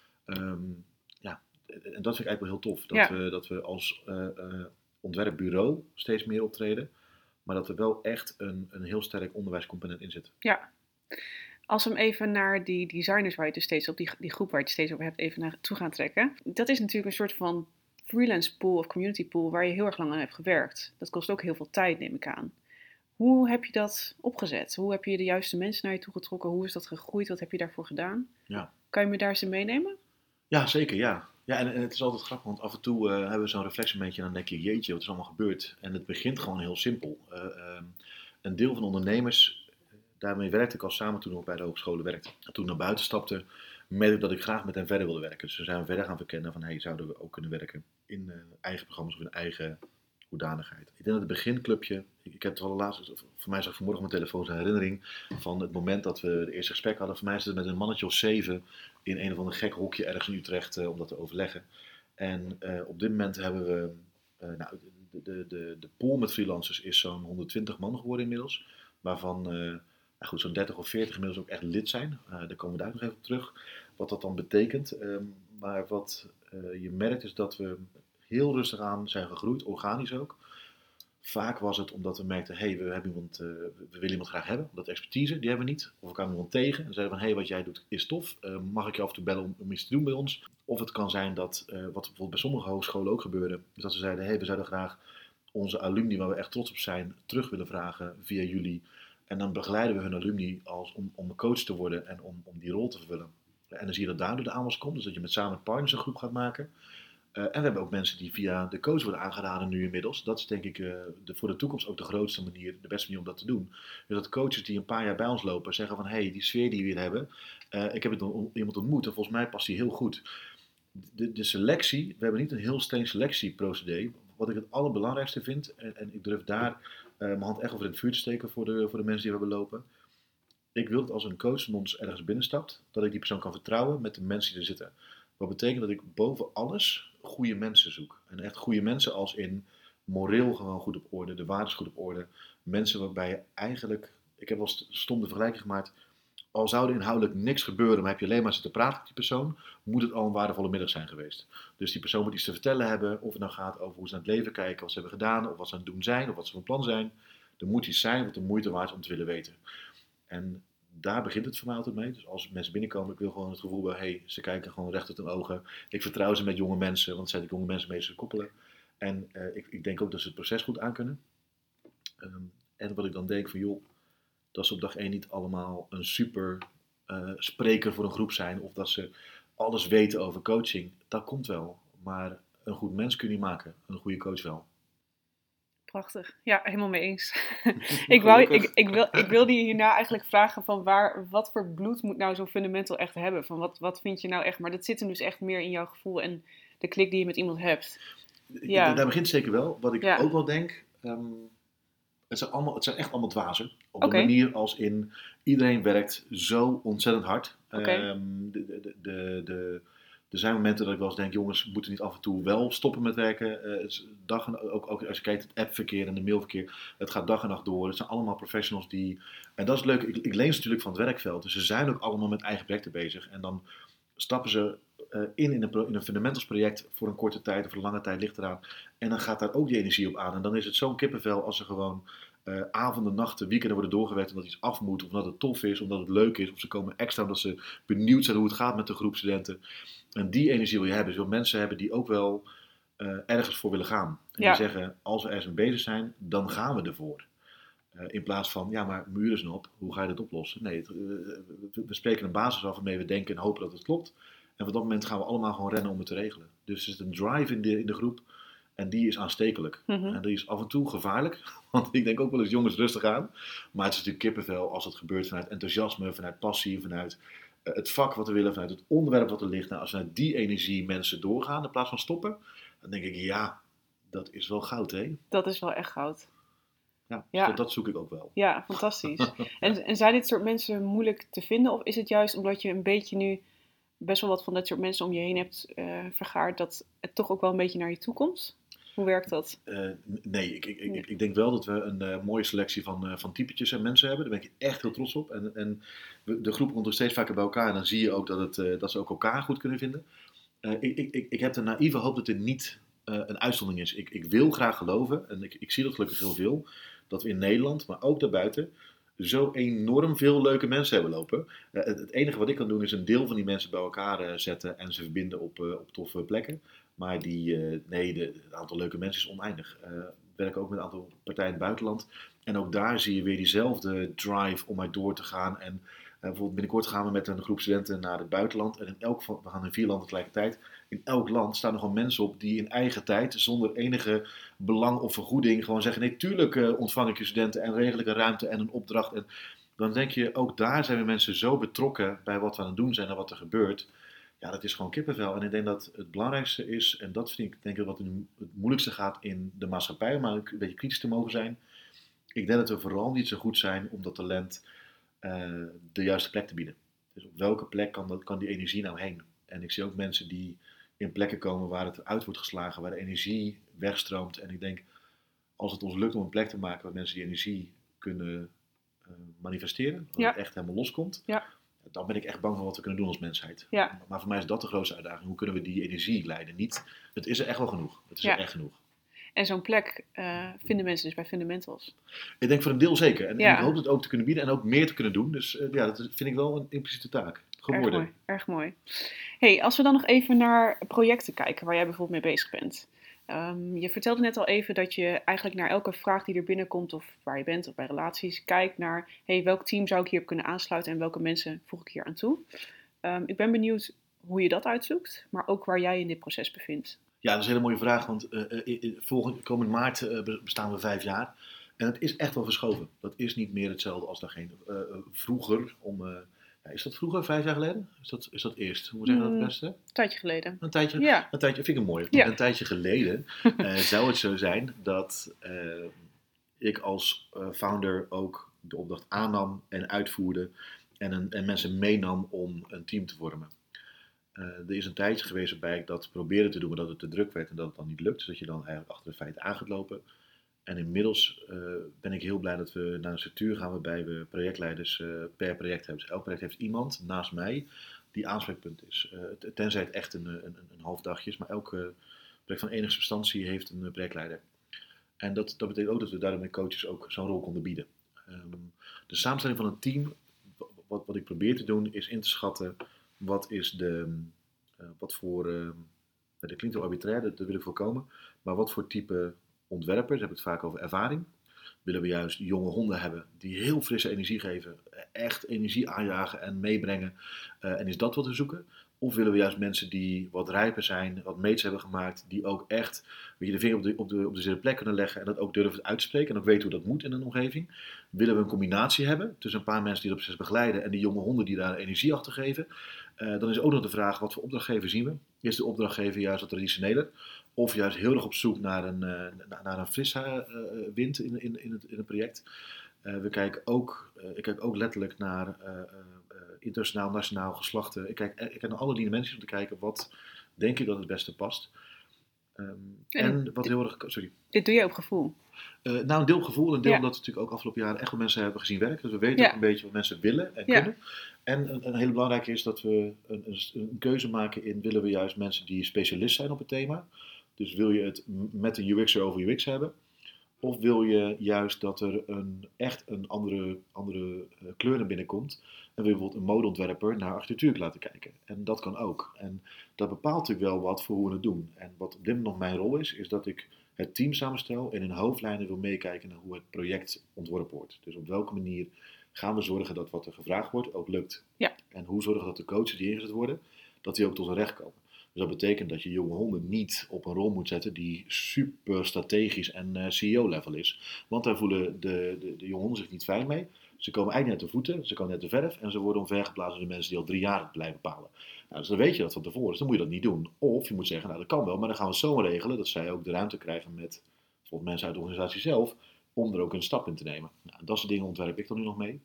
Um, ja, en dat vind ik eigenlijk wel heel tof. Dat, ja. we, dat we als uh, uh, ontwerpbureau steeds meer optreden. Maar dat er wel echt een, een heel sterk onderwijscomponent in zit. Ja. Als we hem even naar die designers waar je het dus steeds op, die, die groep waar je het steeds over hebt, even naartoe gaan trekken. Dat is natuurlijk een soort van freelance pool of community pool waar je heel erg lang aan hebt gewerkt. Dat kost ook heel veel tijd, neem ik aan. Hoe heb je dat opgezet? Hoe heb je de juiste mensen naar je toe getrokken? Hoe is dat gegroeid? Wat heb je daarvoor gedaan? Ja. Kan je me daar eens in meenemen? Ja, zeker, ja. Ja, en, en het is altijd grappig, want af en toe uh, hebben we zo'n reflectiemomentje en dan denk je, jeetje, wat is allemaal gebeurd? En het begint gewoon heel simpel. Uh, uh, een deel van de ondernemers, daarmee werkte ik al samen toen ik bij de hogescholen werkte. En toen ik naar buiten stapte, merkte ik dat ik graag met hen verder wilde werken. Dus we zijn verder gaan verkennen van, hey, zouden we ook kunnen werken in uh, eigen programma's of in eigen hoedanigheid. Ik denk dat het beginclubje, ik, ik heb het al laatst, voor mij zag ik vanmorgen op mijn telefoon zo'n herinnering van het moment dat we het eerste gesprek hadden. Voor mij is het met een mannetje of zeven in een of ander gek hokje ergens in Utrecht uh, om dat te overleggen. En uh, op dit moment hebben we, uh, nou, de, de, de, de pool met freelancers is zo'n honderdtwintig man geworden inmiddels, waarvan uh, nou goed, zo'n dertig of veertig inmiddels ook echt lid zijn. Uh, daar komen we daar nog even op terug, wat dat dan betekent. Um, maar wat uh, je merkt is dat we heel rustig aan zijn gegroeid, organisch ook. Vaak was het omdat we merkten, hé, hey, we, hebben iemand, uh, we willen iemand graag hebben. Dat expertise, die hebben we niet. Of we kwamen iemand tegen en zeiden van, hé, hey, wat jij doet is tof. Uh, mag ik je af en toe bellen om, om iets te doen bij ons? Of het kan zijn dat, uh, wat bijvoorbeeld bij sommige hogescholen ook gebeurde, is dat ze zeiden, hé, hey, we zouden graag onze alumni, waar we echt trots op zijn, terug willen vragen via jullie. En dan begeleiden we hun alumni als, om, om een coach te worden en om, om die rol te vervullen. En dan zie je dat daardoor de aanwas komt, dus dat je met samen partners een groep gaat maken. Uh, en we hebben ook mensen die via de coach worden aangeraden nu inmiddels. Dat is denk ik uh, de, voor de toekomst ook de grootste manier, de beste manier om dat te doen. Dus dat coaches die een paar jaar bij ons lopen zeggen van, hé, hey, die sfeer die we hier hebben, uh, ik heb het on, iemand ontmoet en volgens mij past die heel goed. De, de selectie, we hebben niet een heel streng selectieprocedé. Wat ik het allerbelangrijkste vind, en, en ik durf daar uh, mijn hand echt over in het vuur te steken voor de, voor de mensen die we hebben lopen. Ik wil dat als een coach van ons ergens binnenstapt, dat ik die persoon kan vertrouwen met de mensen die er zitten. Wat betekent dat ik boven alles goede mensen zoek. En echt goede mensen als in moreel gewoon goed op orde, de waardes goed op orde. Mensen waarbij je eigenlijk, ik heb wel stom de vergelijking gemaakt, al zou er inhoudelijk niks gebeuren, maar heb je alleen maar zitten praten met die persoon, moet het al een waardevolle middag zijn geweest. Dus die persoon moet iets te vertellen hebben, of het nou gaat over hoe ze naar het leven kijken, wat ze hebben gedaan, of wat ze aan het doen zijn, of wat ze van plan zijn. Er moet iets zijn wat de moeite waard is om te willen weten. En daar begint het voor mij altijd mee. Dus als mensen binnenkomen, ik wil gewoon het gevoel bij, hé, hey, ze kijken gewoon recht uit hun ogen. Ik vertrouw ze met jonge mensen, want het zijn de jonge mensen mee te koppelen. En uh, ik, ik denk ook dat ze het proces goed aankunnen. Um, en wat ik dan denk van, joh, dat ze op dag één niet allemaal een super uh, spreker voor een groep zijn. Of dat ze alles weten over coaching. Dat komt wel. Maar een goed mens kun je niet maken. Een goede coach wel. Prachtig. Ja, helemaal mee eens. ik, wou, ik, ik, wil, ik wilde je hierna eigenlijk vragen van waar, wat voor bloed moet nou zo'n fundamental echt hebben? Van wat, wat vind je nou echt? Maar dat zit hem dus echt meer in jouw gevoel en de klik die je met iemand hebt. Ja. Daar begint zeker wel. Wat ik ja. ook wel denk, um, het, zijn allemaal, het zijn echt allemaal dwazen. Op okay. de manier als in, iedereen werkt zo ontzettend hard. Okay. Um, de, de, de, de, Er zijn momenten dat ik wel eens denk, jongens, moeten niet af en toe wel stoppen met werken. Uh, dag en, ook, ook als je kijkt, het appverkeer en de mailverkeer, het gaat dag en nacht door. Het zijn allemaal professionals die, en dat is leuk, ik, ik leen ze natuurlijk van het werkveld. Dus ze zijn ook allemaal met eigen projecten bezig. En dan stappen ze uh, in in een, in een fundamentals project voor een korte tijd of een lange tijd, ligt eraan. En dan gaat daar ook die energie op aan. En dan is het zo'n kippenvel als ze gewoon uh, avonden, nachten, weekenden worden doorgewerkt omdat iets af moet, of omdat het tof is, omdat het leuk is. Of ze komen extra omdat ze benieuwd zijn hoe het gaat met de groep studenten. En die energie wil je hebben. Dus je wil mensen hebben die ook wel uh, ergens voor willen gaan. En ja. die zeggen, als we ergens mee bezig zijn, dan gaan we ervoor. Uh, in plaats van, ja maar muur is op, hoe ga je dat oplossen? Nee, het, uh, we spreken een basis af waarmee we denken en hopen dat het klopt. En op dat moment gaan we allemaal gewoon rennen om het te regelen. Dus er zit een drive in de, in de groep en die is aanstekelijk. Mm-hmm. En die is af en toe gevaarlijk, want ik denk ook wel eens jongens rustig aan. Maar het is natuurlijk kippenvel als het gebeurt vanuit enthousiasme, vanuit passie, vanuit het vak wat we willen, vanuit het onderwerp wat er ligt. Nou, als vanuit die energie mensen doorgaan in plaats van stoppen, dan denk ik, ja, dat is wel goud, hè? Dat is wel echt goud. Ja, ja. Dus dat zoek ik ook wel. Ja, fantastisch. en, en zijn dit soort mensen moeilijk te vinden? Of is het juist omdat je een beetje nu best wel wat van dat soort mensen om je heen hebt uh, vergaard, dat het toch ook wel een beetje naar je toe komt? Hoe werkt dat? Uh, nee, ik, ik, nee. Ik, ik denk wel dat we een uh, mooie selectie van, uh, van typetjes en mensen hebben. Daar ben ik echt heel trots op. En, en de groep komt er steeds vaker bij elkaar. En dan zie je ook dat, het, uh, dat ze ook elkaar goed kunnen vinden. Uh, ik, ik, ik heb de naïeve hoop dat dit niet uh, een uitzondering is. Ik, ik wil graag geloven, en ik, ik zie dat gelukkig heel veel, dat we in Nederland, maar ook daarbuiten, zo enorm veel leuke mensen hebben lopen. Uh, het, het enige wat ik kan doen is een deel van die mensen bij elkaar uh, zetten en ze verbinden op, uh, op toffe plekken. Maar die, uh, nee, de, het aantal leuke mensen is oneindig. Uh, we werken ook met een aantal partijen in het buitenland. En ook daar zie je weer diezelfde drive om maar door te gaan. En uh, bijvoorbeeld binnenkort gaan we met een groep studenten naar het buitenland. En in elk van, we gaan in vier landen tegelijkertijd. In elk land staan er gewoon mensen op die in eigen tijd, zonder enige belang of vergoeding, gewoon zeggen, nee, tuurlijk uh, ontvang ik je studenten en regel ik een ruimte en een opdracht. En dan denk je, ook daar zijn we mensen zo betrokken bij wat we aan het doen zijn en wat er gebeurt. Ja, dat is gewoon kippenvel. En ik denk dat het belangrijkste is, en dat vind ik denk ik wat het moeilijkste gaat in de maatschappij, om een beetje kritisch te mogen zijn. Ik denk dat we vooral niet zo goed zijn om dat talent uh, de juiste plek te bieden. Dus op welke plek kan, dat, kan die energie nou heen? En ik zie ook mensen die in plekken komen waar het uit wordt geslagen, waar de energie wegstroomt. En ik denk, als het ons lukt om een plek te maken waar mensen die energie kunnen uh, manifesteren, waar ja. het echt helemaal loskomt, ja. dan ben ik echt bang voor wat we kunnen doen als mensheid. Ja. Maar voor mij is dat de grootste uitdaging. Hoe kunnen we die energie leiden? Niet, het is er echt wel genoeg. Het is ja. er echt genoeg. En zo'n plek uh, vinden mensen dus bij Fundamentals? Ik denk voor een deel zeker. En, ja. en ik hoop het ook te kunnen bieden en ook meer te kunnen doen. Dus uh, ja, dat vind ik wel een impliciete taak geworden. Erg mooi. Erg mooi. Hey, als we dan nog even naar projecten kijken waar jij bijvoorbeeld mee bezig bent. Um, je vertelde net al even dat je eigenlijk naar elke vraag die er binnenkomt, of waar je bent, of bij relaties, kijkt naar, hey, welk team zou ik hier kunnen aansluiten en welke mensen voeg ik hier aan toe? Um, ik ben benieuwd hoe je dat uitzoekt, maar ook waar jij in dit proces bevindt. Ja, dat is een hele mooie vraag, want uh, volgend komend maart uh, bestaan we vijf jaar. En het is echt wel verschoven. Dat is niet meer hetzelfde als daarheen. Uh, vroeger, om, uh, ja, is dat vroeger, vijf jaar geleden? Is dat, is dat eerst? Hoe zeggen we dat het beste? Een tijdje geleden. Een tijdje, ja. een tijdje vind ik het mooi. Ja. Een tijdje geleden uh, zou het zo zijn dat uh, ik als uh, founder ook de opdracht aannam en uitvoerde. En, een, en mensen meenam om een team te vormen. Uh, er is een tijdje geweest waarbij ik dat probeerde te doen, maar dat het te druk werd en dat het dan niet lukt. Dus dat je dan eigenlijk achter de feiten aan gaat lopen. En inmiddels uh, ben ik heel blij dat we naar een structuur gaan waarbij we projectleiders uh, per project hebben. Dus elk project heeft iemand naast mij die aanspreekpunt is. Uh, tenzij het echt een, een, een half dagje is, maar elk uh, project van enige substantie heeft een uh, projectleider. En dat, dat betekent ook dat we daarom met coaches ook zo'n rol konden bieden. Um, de samenstelling van een team, wat, wat ik probeer te doen, is in te schatten wat is de, uh, wat voor, uh, dat klinkt wel arbitrair, dat, dat wil ik voorkomen, maar wat voor type ontwerpers, we hebben het vaak over ervaring. Willen we juist jonge honden hebben die heel frisse energie geven, echt energie aanjagen en meebrengen. Uh, en is dat wat we zoeken? Of willen we juist mensen die wat rijper zijn, wat meets hebben gemaakt, die ook echt weet je, de vinger op de, op, de, op de zere plek kunnen leggen en dat ook durven uit te spreken en ook weten hoe dat moet in een omgeving? Willen we een combinatie hebben tussen een paar mensen die dat proces begeleiden en die jonge honden die daar energie achter geven? Uh, dan is ook nog de vraag, wat voor opdrachtgever zien we? Is de opdrachtgever juist wat traditioneler? Of juist heel erg op zoek naar een, uh, naar een frisse uh, wind in, in, in, het, in het project. Uh, we kijken ook, uh, ik kijk ook letterlijk naar uh, uh, internationaal, nationaal, geslachten. Ik kijk, ik kijk naar alle dimensies om te kijken wat denk ik dat het beste past. Um, en, en wat heel erg... Sorry. Dit doe je op gevoel? Uh, nou, een deel op gevoel, een deel ja. omdat we natuurlijk ook afgelopen jaren echt wel mensen hebben gezien werken. Dus we weten ja. ook een beetje wat mensen willen en ja. kunnen. En een, een hele belangrijke is dat we een, een, een keuze maken in, willen we juist mensen die specialist zijn op het thema. Dus wil je het met een U X'er over U X hebben? Of wil je juist dat er een, echt een andere, andere uh, kleur naar binnen komt? En wil je bijvoorbeeld een modeontwerper naar architectuur laten kijken? En dat kan ook. En dat bepaalt natuurlijk wel wat voor hoe we het doen. En wat op dit moment nog mijn rol is, is dat ik het team samenstel en in hoofdlijnen wil meekijken naar hoe het project ontworpen wordt. Dus op welke manier gaan we zorgen dat wat er gevraagd wordt ook lukt? Ja. En hoe zorgen dat de coaches die ingezet worden, dat die ook tot hun recht komen? Dus dat betekent dat je jonge honden niet op een rol moet zetten die super strategisch en uh, C E O-level is. Want daar voelen de, de, de jonge honden zich niet fijn mee. Ze komen eigenlijk net de voeten, ze komen net de verf en ze worden omvergeblazen door de mensen die al drie jaar het blijven bepalen. Nou, dus dan weet je dat van tevoren, dus dan moet je dat niet doen. Of je moet zeggen, nou dat kan wel, maar dan gaan we het zo regelen dat zij ook de ruimte krijgen met bijvoorbeeld mensen uit de organisatie zelf, om er ook een stap in te nemen. Nou, dat soort dingen ontwerp ik dan nu nog mee.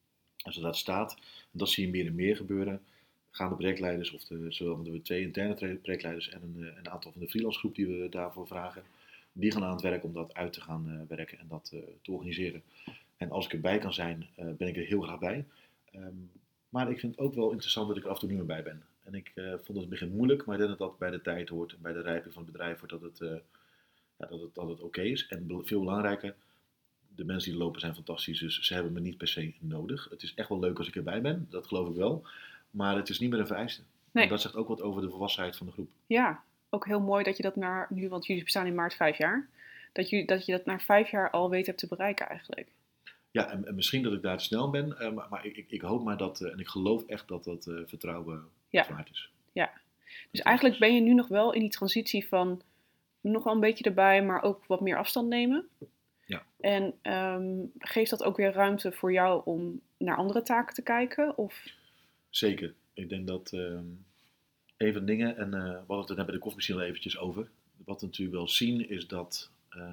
En zodra het staat, en dat zie je meer en meer gebeuren, gaan de projectleiders, of de, zowel de twee interne projectleiders en een, een aantal van de freelance groep die we daarvoor vragen, die gaan aan het werk om dat uit te gaan uh, werken en dat uh, te organiseren. En als ik erbij kan zijn, uh, ben ik er heel graag bij. Um, maar ik vind het ook wel interessant dat ik er af en toe niet meer bij ben. En ik uh, vond het in het begin moeilijk, maar ik denk dat dat bij de tijd hoort en bij de rijping van het bedrijf hoort dat het, uh, ja, dat het, dat het oké okay is. En veel belangrijker, de mensen die er lopen zijn fantastisch, dus ze hebben me niet per se nodig. Het is echt wel leuk als ik erbij ben, dat geloof ik wel. Maar het is niet meer een vereiste. Nee. En dat zegt ook wat over de volwassenheid van de groep. Ja, ook heel mooi dat je dat naar nu, want jullie bestaan in maart vijf jaar, dat je dat, je dat na vijf jaar al weet hebt te bereiken eigenlijk. Ja, en, en misschien dat ik daar te snel ben, uh, maar, maar ik, ik, ik hoop maar dat, uh, en ik geloof echt dat dat uh, vertrouwen ja. waard is. Ja, dus eigenlijk ben je nu nog wel in die transitie van nog wel een beetje erbij, maar ook wat meer afstand nemen. Ja. En um, geeft dat ook weer ruimte voor jou om naar andere taken te kijken? Of... Zeker. Ik denk dat uh, een van de dingen, en uh, we hadden het er net bij de koffiemachine al eventjes over, wat we natuurlijk wel zien is dat, uh,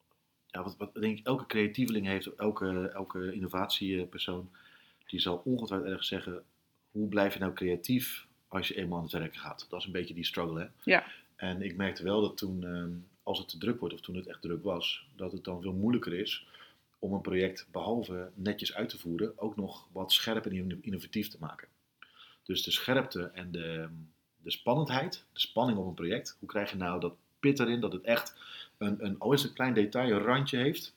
ja, wat, wat denk ik elke creatieveling heeft, elke, elke innovatiepersoon, die zal ongetwijfeld ergens zeggen, hoe blijf je nou creatief als je eenmaal aan het werk gaat? Dat is een beetje die struggle, hè? Ja. En ik merkte wel dat toen, uh, als het te druk wordt, of toen het echt druk was, dat het dan veel moeilijker is om een project, behalve netjes uit te voeren, ook nog wat scherp en innovatief te maken. Dus de scherpte en de, de spannendheid, de spanning op een project. Hoe krijg je nou dat pit erin, dat het echt een, een al is een klein detail, een randje heeft.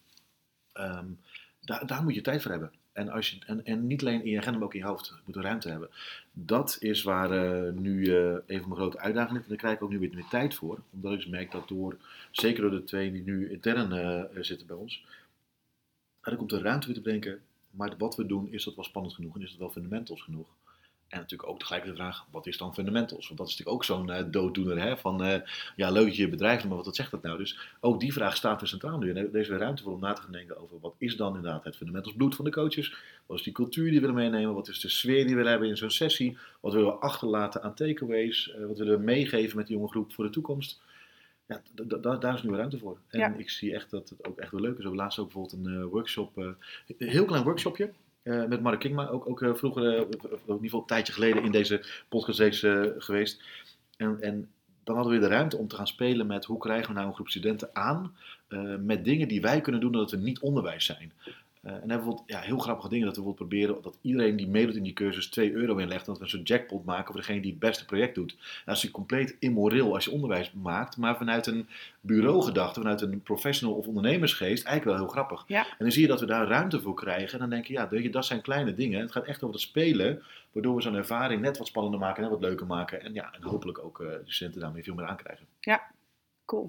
Um, daar, daar moet je tijd voor hebben. En, als je, en, en niet alleen in je agenda, maar ook in je hoofd. Je moet er ruimte hebben. Dat is waar uh, nu uh, een van mijn grote uitdagingen ligt. En daar krijg ik ook nu weer meer tijd voor. Omdat ik dus merk dat door, zeker door de twee die nu intern uh, zitten bij ons, dat ik om de ruimte weer te bedenken, maar wat we doen, is dat wel spannend genoeg en is dat wel fundamentals genoeg? En natuurlijk ook tegelijk de vraag, wat is dan fundamentals? Want dat is natuurlijk ook zo'n uh, dooddoener, hè? Van, uh, ja, leuk dat je je bedrijf doet, maar wat, wat zegt dat nou? Dus ook die vraag staat er centraal nu. En er is weer ruimte voor om na te gaan denken over, wat is dan inderdaad het fundamentals bloed van de coaches? Wat is die cultuur die we willen meenemen? Wat is de sfeer die we willen hebben in zo'n sessie? Wat willen we achterlaten aan takeaways? Uh, wat willen we meegeven met die jonge groep voor de toekomst? Ja, d- d- d- daar is nu weer ruimte voor. En ja. ik zie echt dat het ook echt wel leuk is. We hebben laatst ook bijvoorbeeld een uh, workshop, uh, een heel klein workshopje. Uh, met Mark Kingma, ook, ook uh, vroeger, uh, in ieder geval een tijdje geleden in deze podcastreeks uh, geweest. En, en dan hadden we weer de ruimte om te gaan spelen met hoe krijgen we nou een groep studenten aan uh, met dingen die wij kunnen doen dat we niet onderwijs zijn. Uh, en dan hebben we bijvoorbeeld ja, heel grappige dingen dat we bijvoorbeeld proberen dat iedereen die meedoet in die cursus twee euro inlegt. Dat we een soort jackpot maken voor degene die het beste project doet. Nou, dat is compleet immoreel als je onderwijs maakt, maar vanuit een bureaugedachte, vanuit een professional of ondernemersgeest eigenlijk wel heel grappig. Ja. En dan zie je dat we daar ruimte voor krijgen en dan denk je, ja, dat zijn kleine dingen. Het gaat echt over het spelen, waardoor we zo'n ervaring net wat spannender maken, net wat leuker maken en, ja, en hopelijk ook uh, de studenten daarmee veel meer aankrijgen. Ja, cool.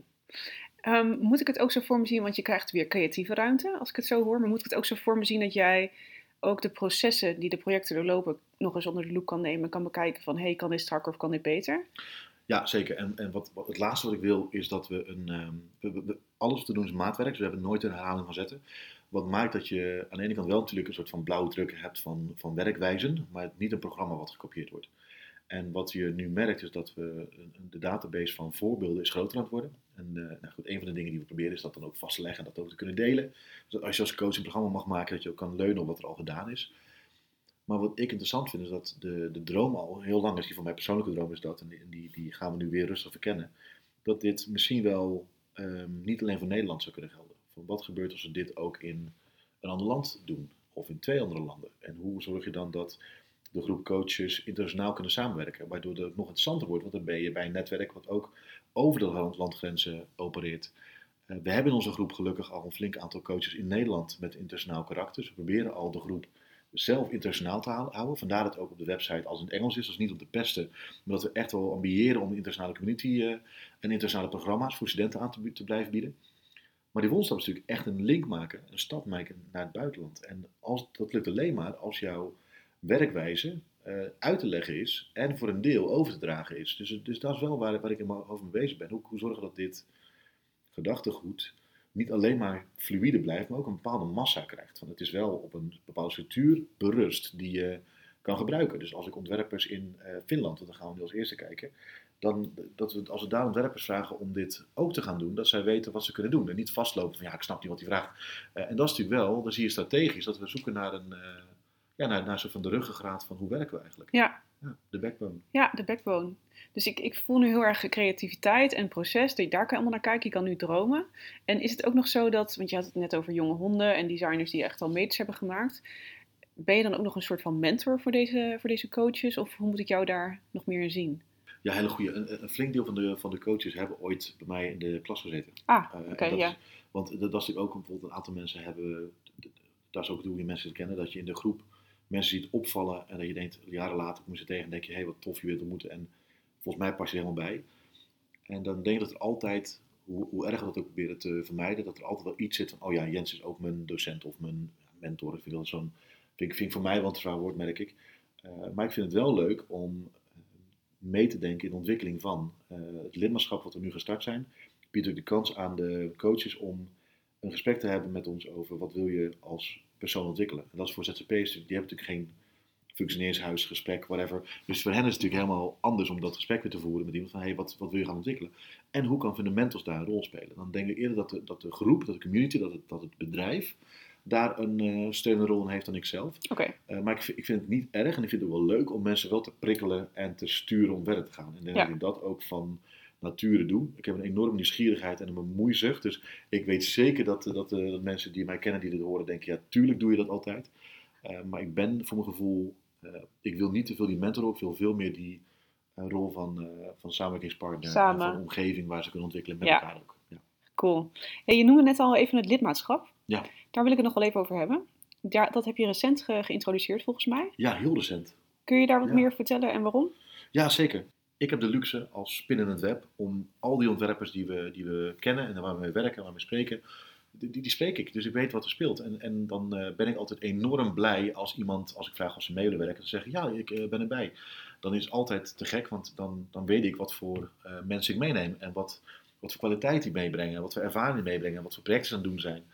Um, moet ik het ook zo voor me zien, want je krijgt weer creatieve ruimte als ik het zo hoor, maar moet ik het ook zo voor me zien dat jij ook de processen die de projecten doorlopen nog eens onder de loep kan nemen, kan bekijken van, hey, kan dit strakker of kan dit beter? Ja, zeker. En, en wat, wat, het laatste wat ik wil is dat we een, um, we, we, alles wat we doen is maatwerk, dus we hebben nooit een herhaling van zetten. Wat maakt dat je aan de ene kant wel natuurlijk een soort van blauwdruk hebt van, van werkwijzen, maar niet een programma wat gekopieerd wordt. En wat je nu merkt is dat we de database van voorbeelden is groter aan het worden. En uh, nou goed, een van de dingen die we proberen is dat dan ook vast te leggen en dat ook te kunnen delen. Dus als je als coach een programma mag maken, dat je ook kan leunen op wat er al gedaan is. Maar wat ik interessant vind is dat de, de droom al heel lang is, die van mijn persoonlijke droom is dat, en die, die, die gaan we nu weer rustig verkennen, dat dit misschien wel um, niet alleen voor Nederland zou kunnen gelden. Van wat gebeurt als we dit ook in een ander land doen, of in twee andere landen? En hoe zorg je dan dat de groep coaches internationaal kunnen samenwerken, waardoor het nog interessanter wordt, want dan ben je bij een netwerk wat ook over de landgrenzen opereert. Uh, we hebben in onze groep gelukkig al een flink aantal coaches in Nederland met internationaal karakter. Dus we proberen al de groep zelf internationaal te houden. Vandaar dat het ook op de website als in het Engels is. Dat is niet om te pesten, maar dat we echt wel ambiëren om de internationale community uh, en internationale programma's voor studenten aan te, te blijven bieden. Maar die volgende stap is natuurlijk echt een link maken, een stap maken naar het buitenland. En als, dat lukt alleen maar als jouw werkwijze uh, uit te leggen is en voor een deel over te dragen is. Dus, dus dat is wel waar, waar ik in over mee bezig ben. Hoe, hoe zorgen dat dit gedachtegoed niet alleen maar fluïde blijft, maar ook een bepaalde massa krijgt. Want het is wel op een bepaalde structuur berust die je kan gebruiken. Dus als ik ontwerpers in uh, Finland, want dan gaan we nu als eerste kijken, dan dat we, als we daar ontwerpers vragen om dit ook te gaan doen, dat zij weten wat ze kunnen doen. En niet vastlopen van ja, ik snap niet wat hij vraagt. Uh, en dat is natuurlijk wel, dan zie je strategisch dat we zoeken naar een, uh, ja, naar, naar soort van de ruggengraat van hoe werken we eigenlijk. Ja. Ja, de backbone. Ja, de backbone. Dus ik, ik voel nu heel erg creativiteit en proces. Daar kan je allemaal naar kijken. Je kan nu dromen. En is het ook nog zo dat, want je had het net over jonge honden en designers die echt al meters hebben gemaakt. Ben je dan ook nog een soort van mentor voor deze, voor deze coaches? Of hoe moet ik jou daar nog meer in zien? Ja, hele goede. Een, een flink deel van de, van de coaches hebben ooit bij mij in de klas gezeten. Ah, oké, okay, ja. Is, want dat, dat is natuurlijk ook, bijvoorbeeld een aantal mensen hebben, dat is ook hoe je mensen kennen, dat je in de groep mensen ziet opvallen en dat je denkt, jaren later kom je ze tegen en denk je, hé, hey, wat tof je weer te ontmoeten. En volgens mij pas je er helemaal bij. En dan denk ik dat er altijd, hoe, hoe erg we dat ook proberen te vermijden, dat er altijd wel iets zit van, oh ja, Jens is ook mijn docent of mijn mentor. Ik vind dat zo'n, vind, vind ik voor mij wel een zwaar woord, merk ik. Uh, maar ik vind het wel leuk om mee te denken in de ontwikkeling van uh, het lidmaatschap wat we nu gestart zijn. Biedt ook de kans aan de coaches om een gesprek te hebben met ons over wat wil je als persoon ontwikkelen. En dat is voor Z Z P'ers, die hebben natuurlijk geen functioneershuis, gesprek, whatever. Dus voor hen is het natuurlijk helemaal anders om dat gesprek weer te voeren met iemand van, hé, hey, wat, wat wil je gaan ontwikkelen? En hoe kan fundamentals daar een rol spelen? Dan denk ik eerder dat de, dat de groep, dat de community, dat het, dat het bedrijf daar een uh, steunende rol in heeft dan ik zelf. Okay. Uh, maar ik, ik vind het niet erg en ik vind het wel leuk om mensen wel te prikkelen en te sturen om verder te gaan. En ik denk ja. dat ik dat ook van nature doe. Ik heb een enorme nieuwsgierigheid en een bemoeizucht. Dus ik weet zeker dat, dat, uh, dat mensen die mij kennen, die dit horen, denken, ja, tuurlijk doe je dat altijd. Uh, maar ik ben voor mijn gevoel, uh, ik wil niet te veel die mentor, ik wil veel meer die uh, rol van, uh, van samenwerkingspartner Samen. en van omgeving waar ze kunnen ontwikkelen met ja. elkaar ook. Ja. Cool. Hey, je noemde net al even het lidmaatschap. Ja. Daar wil ik het nog wel even over hebben. Ja, dat heb je recent ge- geïntroduceerd volgens mij. Ja, heel recent. Kun je daar wat ja. meer vertellen en waarom? Ja, zeker. Ik heb de luxe als spin in het web om al die ontwerpers die we, die we kennen en waar we mee werken en waar we mee spreken, die, die spreek ik, dus ik weet wat er speelt. En, en dan uh, ben ik altijd enorm blij als iemand, als ik vraag of ze mee willen werken, dan zeggen ja, ik uh, ben erbij. Dan is het altijd te gek, want dan, dan weet ik wat voor uh, mensen ik meeneem en wat, wat voor kwaliteit die meebrengen, wat voor ervaring die meebrengen, wat voor projecten ze aan het doen zijn.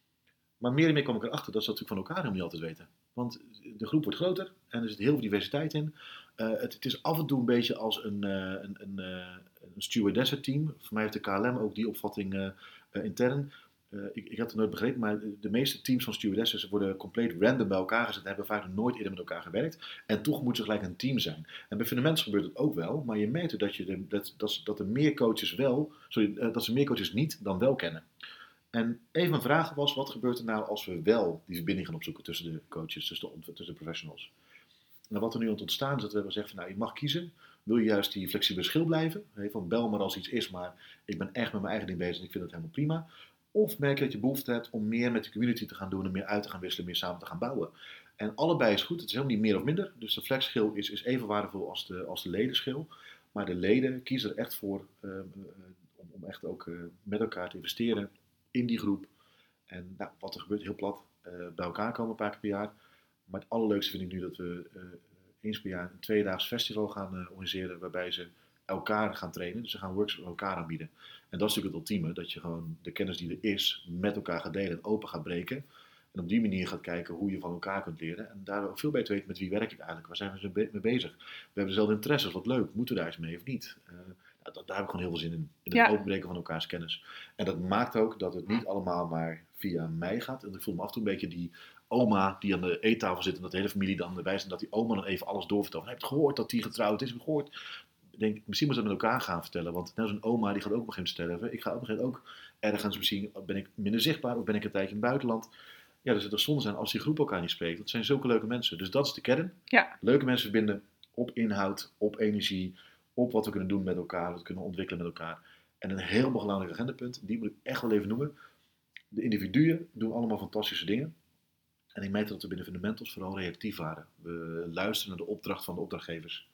Maar meer en meer kom ik erachter dat ze natuurlijk van elkaar helemaal niet altijd weten. Want de groep wordt groter en er zit heel veel diversiteit in. Uh, het, het is af en toe een beetje als een, uh, een, een, uh, een stewardessen-team. Voor mij heeft de K L M ook die opvatting uh, uh, intern. Uh, ik, ik had het nooit begrepen, maar de meeste teams van stewardessen worden compleet random bij elkaar gezet en hebben vaak nog nooit eerder met elkaar gewerkt. En toch moet ze gelijk een team zijn. En bij Fundamentals gebeurt het ook wel, maar je merkt dat, je de, dat, dat, dat er meer coaches wel, sorry, uh, dat ze meer coaches niet dan wel kennen. En een van mijn vragen was, wat gebeurt er nou als we wel die verbinding gaan opzoeken tussen de coaches, tussen de, tussen de professionals? En wat er nu aan het ontstaan is, dat we hebben gezegd van, nou, je mag kiezen. Wil je juist die flexibele schil blijven? Van bel maar als iets is, maar ik ben echt met mijn eigen ding bezig en ik vind het helemaal prima. Of merk je dat je behoefte hebt om meer met de community te gaan doen en meer uit te gaan wisselen, meer samen te gaan bouwen. En allebei is goed, het is helemaal niet meer of minder. Dus de flexschil is, is even waardevol als de, als de ledenschil. Maar de leden kiezen er echt voor uh, uh, om, om echt ook uh, met elkaar te investeren in die groep. En nou, wat er gebeurt, heel plat, uh, bij elkaar komen een paar keer per jaar. Maar het allerleukste vind ik nu dat we uh, eens per jaar een tweedaags festival gaan uh, organiseren, waarbij ze elkaar gaan trainen. Dus ze gaan workshops elkaar aanbieden. En dat is natuurlijk het ultieme, dat je gewoon de kennis die er is met elkaar gaat delen en open gaat breken. En op die manier gaat kijken hoe je van elkaar kunt leren. En daardoor ook veel beter weet met wie werk ik eigenlijk. Waar zijn we mee bezig? We hebben dezelfde interesses, wat leuk. Moeten we daar eens mee of niet? Uh, nou, dat, daar heb ik gewoon heel veel zin in. In het ja. openbreken van elkaars kennis. En dat maakt ook dat het niet allemaal maar via mij gaat. En ik voel me af en toe een beetje die oma die aan de eettafel zit en dat de hele familie dan erbij is. En dat die oma dan even alles doorvertelt. Heb je gehoord dat die getrouwd is? Heb je gehoord? Ik denk, misschien moet je dat met elkaar gaan vertellen. Want nou, zo'n oma die gaat ook op een gegeven moment sterven. Ik ga op een gegeven moment ook ergens, misschien ben ik minder zichtbaar of ben ik een tijdje in het buitenland. Ja, dus het zou zonde zijn als die groep elkaar niet spreekt. Dat zijn zulke leuke mensen. Dus dat is de kern. Ja. Leuke mensen verbinden op inhoud, op energie, op wat we kunnen doen met elkaar, wat we kunnen ontwikkelen met elkaar. En een heel belangrijk agendapunt, die moet ik echt wel even noemen. De individuen doen allemaal fantastische dingen. En ik merkte dat we binnen Fundamentals vooral reactief waren. We luisteren naar de opdracht van de opdrachtgevers.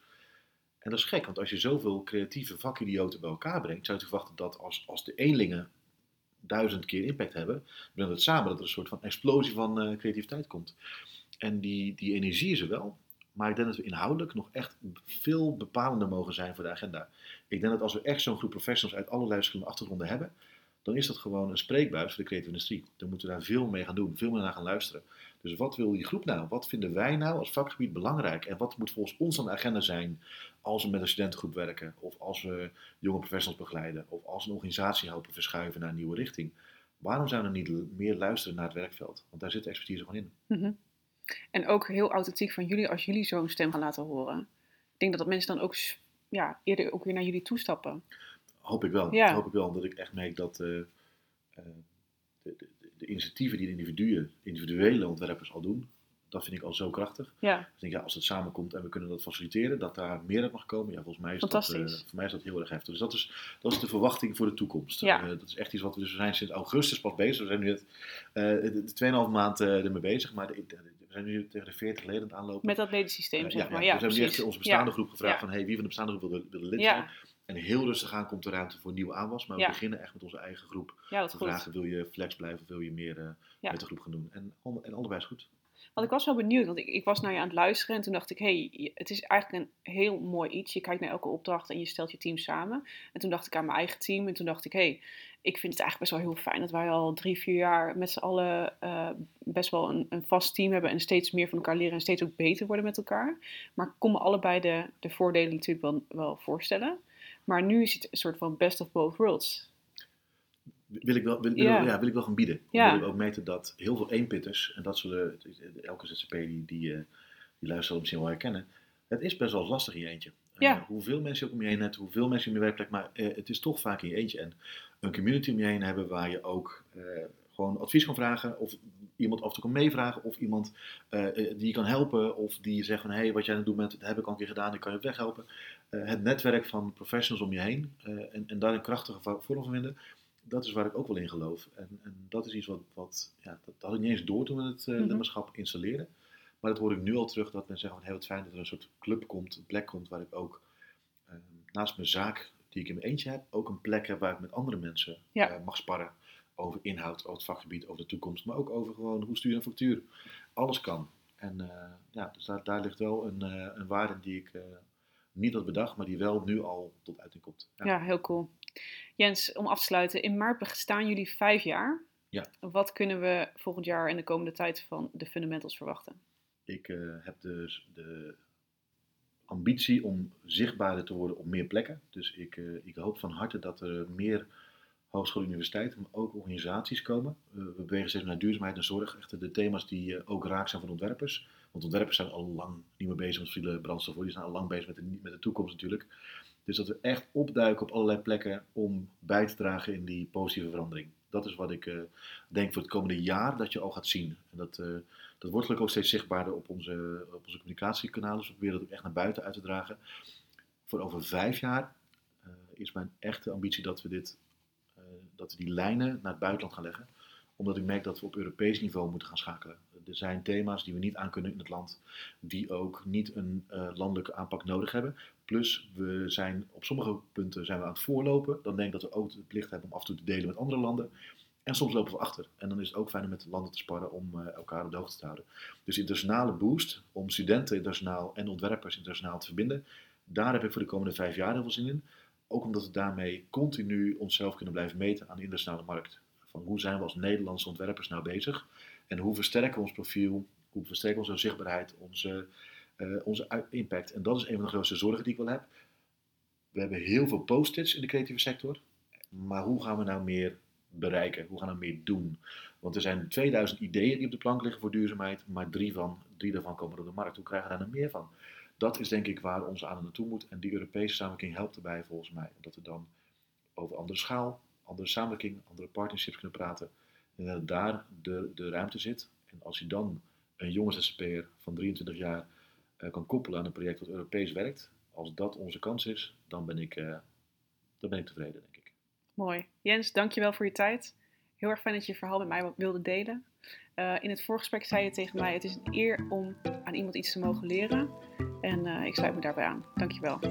En dat is gek, want als je zoveel creatieve vakidioten bij elkaar brengt, zou je verwachten dat als, als de eenlingen duizend keer impact hebben, brengt het samen dat er een soort van explosie van uh, creativiteit komt. En die, die energie is er wel, maar ik denk dat we inhoudelijk nog echt veel bepalender mogen zijn voor de agenda. Ik denk dat als we echt zo'n groep professionals uit allerlei verschillende achtergronden hebben, dan is dat gewoon een spreekbuis voor de creatieve industrie. Dan moeten we daar veel mee gaan doen, veel meer naar gaan luisteren. Dus wat wil die groep nou? Wat vinden wij nou als vakgebied belangrijk? En wat moet volgens ons aan de agenda zijn als we met een studentengroep werken? Of als we jonge professionals begeleiden? Of als we een organisatie helpen verschuiven naar een nieuwe richting? Waarom zouden we niet meer luisteren naar het werkveld? Want daar zit de expertise gewoon in. Mm-hmm. En ook heel authentiek van jullie als jullie zo'n stem gaan laten horen. Ik denk dat dat mensen dan ook ja, eerder ook weer naar jullie toestappen. Hoop ik wel. Ja. Hoop ik wel, omdat ik echt merk dat uh, uh, de, de, de initiatieven die de individuen, individuele ontwerpers al doen, dat vind ik al zo krachtig. Ja. Dus ik denk, ja, als het samenkomt en we kunnen dat faciliteren, dat daar meer uit mag komen, ja, volgens mij is dat, uh, voor mij is dat heel erg heftig. Dus dat is, dat is de verwachting voor de toekomst. Ja. Uh, dat is echt iets wat we, dus we zijn sinds augustus pas bezig. We zijn nu het, uh, de twee en een half maand uh, ermee bezig, maar de, de, we zijn nu tegen de veertig leden aan het aanlopen. Met dat ledensysteem, uh, zeg ja, maar. Ja, Ja, we hebben precies. nu echt onze bestaande ja. groep gevraagd ja. van, hey, wie van de bestaande groep wil, wil lid ja. zijn? En heel rustig aan komt de ruimte voor nieuwe aanwas. Maar we ja. beginnen echt met onze eigen groep. Ja, te vragen, wil je flex blijven? Wil je meer uh, ja. met de groep gaan doen? En, en allebei is goed. Want ik was wel benieuwd. Want ik, ik was naar je aan het luisteren. En toen dacht ik, hé, hey, het is eigenlijk een heel mooi iets. Je kijkt naar elke opdracht en je stelt je team samen. En toen dacht ik aan mijn eigen team. En toen dacht ik, hé, hey, ik vind het eigenlijk best wel heel fijn dat wij al drie, vier jaar met z'n allen uh, best wel een, een vast team hebben. En steeds meer van elkaar leren en steeds ook beter worden met elkaar. Maar ik kon me allebei de, de voordelen natuurlijk wel, wel voorstellen. Maar nu is het een soort van best of both worlds. Wil ik wel, wil, wil, ja. Ja, wil ik wel gaan bieden. Ja. Wil ik ook meten dat heel veel eenpitters, en dat zullen elke Z Z P die, die, die luisteren misschien wel herkennen, het is best wel lastig in je eentje. Ja. Uh, hoeveel mensen je ook om je heen hebt, hoeveel mensen in je werkplek, maar uh, het is toch vaak in je eentje. En een community om je heen hebben waar je ook uh, gewoon advies kan vragen, of iemand af en toe kan meevragen, of iemand uh, die je kan helpen, of die zegt van, hé, hey, wat jij aan het doen bent, dat heb ik al een keer gedaan, ik kan je op weg helpen. Uh, het netwerk van professionals om je heen, uh, en, en daar een krachtige vorm van vinden, dat is waar ik ook wel in geloof. En, en dat is iets wat, wat ja, dat had ik niet eens door toen we het uh, mm-hmm. lidmaatschap installeerden. Maar dat hoor ik nu al terug, dat mensen zeggen van, heel wat fijn dat er een soort club komt, een plek komt waar ik ook uh, naast mijn zaak die ik in mijn eentje heb, ook een plek heb waar ik met andere mensen ja. uh, mag sparren over inhoud, over het vakgebied, over de toekomst, maar ook over gewoon hoe stuur je een factuur. Alles kan. En uh, ja, dus daar, daar ligt wel een, uh, een waarde in die ik uh, niet had bedacht, maar die wel nu al tot uiting komt. Ja. ja, heel cool. Jens, om af te sluiten, in maart bestaan jullie vijf jaar. Ja. Wat kunnen we volgend jaar en de komende tijd van de Fundamentals verwachten? Ik uh, heb dus de ambitie om zichtbaarder te worden op meer plekken. Dus ik, uh, ik hoop van harte dat er meer hogescholen, universiteiten, maar ook organisaties komen. Uh, we bewegen steeds naar duurzaamheid en zorg. Echt de thema's die uh, ook raak zijn van ontwerpers. Want ontwerpers zijn al lang niet meer bezig met fossiele brandstof. Die zijn al lang bezig met de, met de toekomst natuurlijk. Dus dat we echt opduiken op allerlei plekken om bij te dragen in die positieve verandering. Dat is wat ik uh, denk voor het komende jaar dat je al gaat zien. En dat, uh, dat wordt gelukkig ook steeds zichtbaarder op onze, op onze communicatiekanalen. Dus we proberen dat ook echt naar buiten uit te dragen. Voor over vijf jaar uh, is mijn echte ambitie dat we, dit, uh, dat we die lijnen naar het buitenland gaan leggen. Omdat ik merk dat we op Europees niveau moeten gaan schakelen. Er zijn thema's die we niet aankunnen in het land, die ook niet een uh, landelijke aanpak nodig hebben. Plus, we zijn op sommige punten zijn we aan het voorlopen. Dan denk ik dat we ook de plicht hebben om af en toe te delen met andere landen. En soms lopen we achter. En dan is het ook fijn om met landen te sparren om uh, elkaar op de hoogte te houden. Dus internationale boost om studenten internationaal en ontwerpers internationaal te verbinden. Daar heb ik voor de komende vijf jaar heel veel zin in. Ook omdat we daarmee continu onszelf kunnen blijven meten aan de internationale markt. Van hoe zijn we als Nederlandse ontwerpers nou bezig? En hoe versterken we ons profiel? Hoe versterken we onze zichtbaarheid, onze, uh, onze impact? En dat is een van de grootste zorgen die ik wel heb. We hebben heel veel post-its in de creatieve sector. Maar hoe gaan we nou meer bereiken? Hoe gaan we meer doen? Want er zijn tweeduizend ideeën die op de plank liggen voor duurzaamheid. Maar drie, van, drie daarvan komen op de markt. Hoe krijgen we daar nog meer van? Dat is denk ik waar onze aandacht naartoe moet. En die Europese samenwerking helpt erbij volgens mij. Dat we dan over andere schaal, andere samenwerking, andere partnerships kunnen praten. En dat daar de, de ruimte zit. En als je dan een jonge Z Z P'er van drieëntwintig jaar uh, kan koppelen aan een project dat Europees werkt. Als dat onze kans is, dan ben ik, uh, dan ben ik tevreden, denk ik. Mooi. Jens, dankjewel voor je tijd. Heel erg fijn dat je je verhaal met mij wilde delen. Uh, in het voorgesprek zei je tegen mij, het is een eer om aan iemand iets te mogen leren. En uh, ik sluit me daarbij aan. Dankjewel.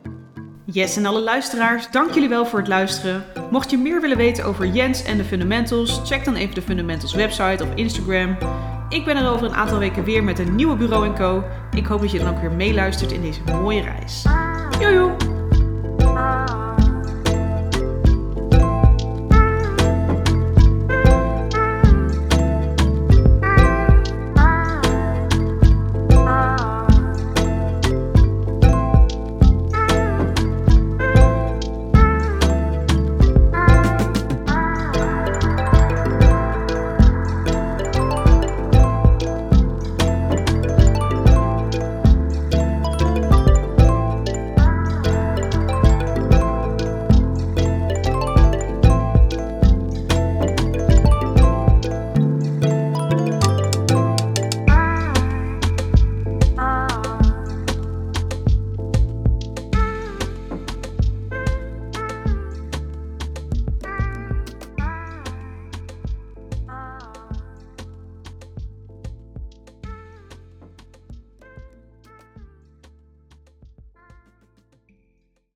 Yes, en alle luisteraars, dank jullie wel voor het luisteren. Mocht je meer willen weten over Jens en de Fundamentals, check dan even de Fundamentals website of Instagram. Ik ben er over een aantal weken weer met een nieuwe Bureau en Co. Ik hoop dat je dan ook weer meeluistert in deze mooie reis. Joejoe!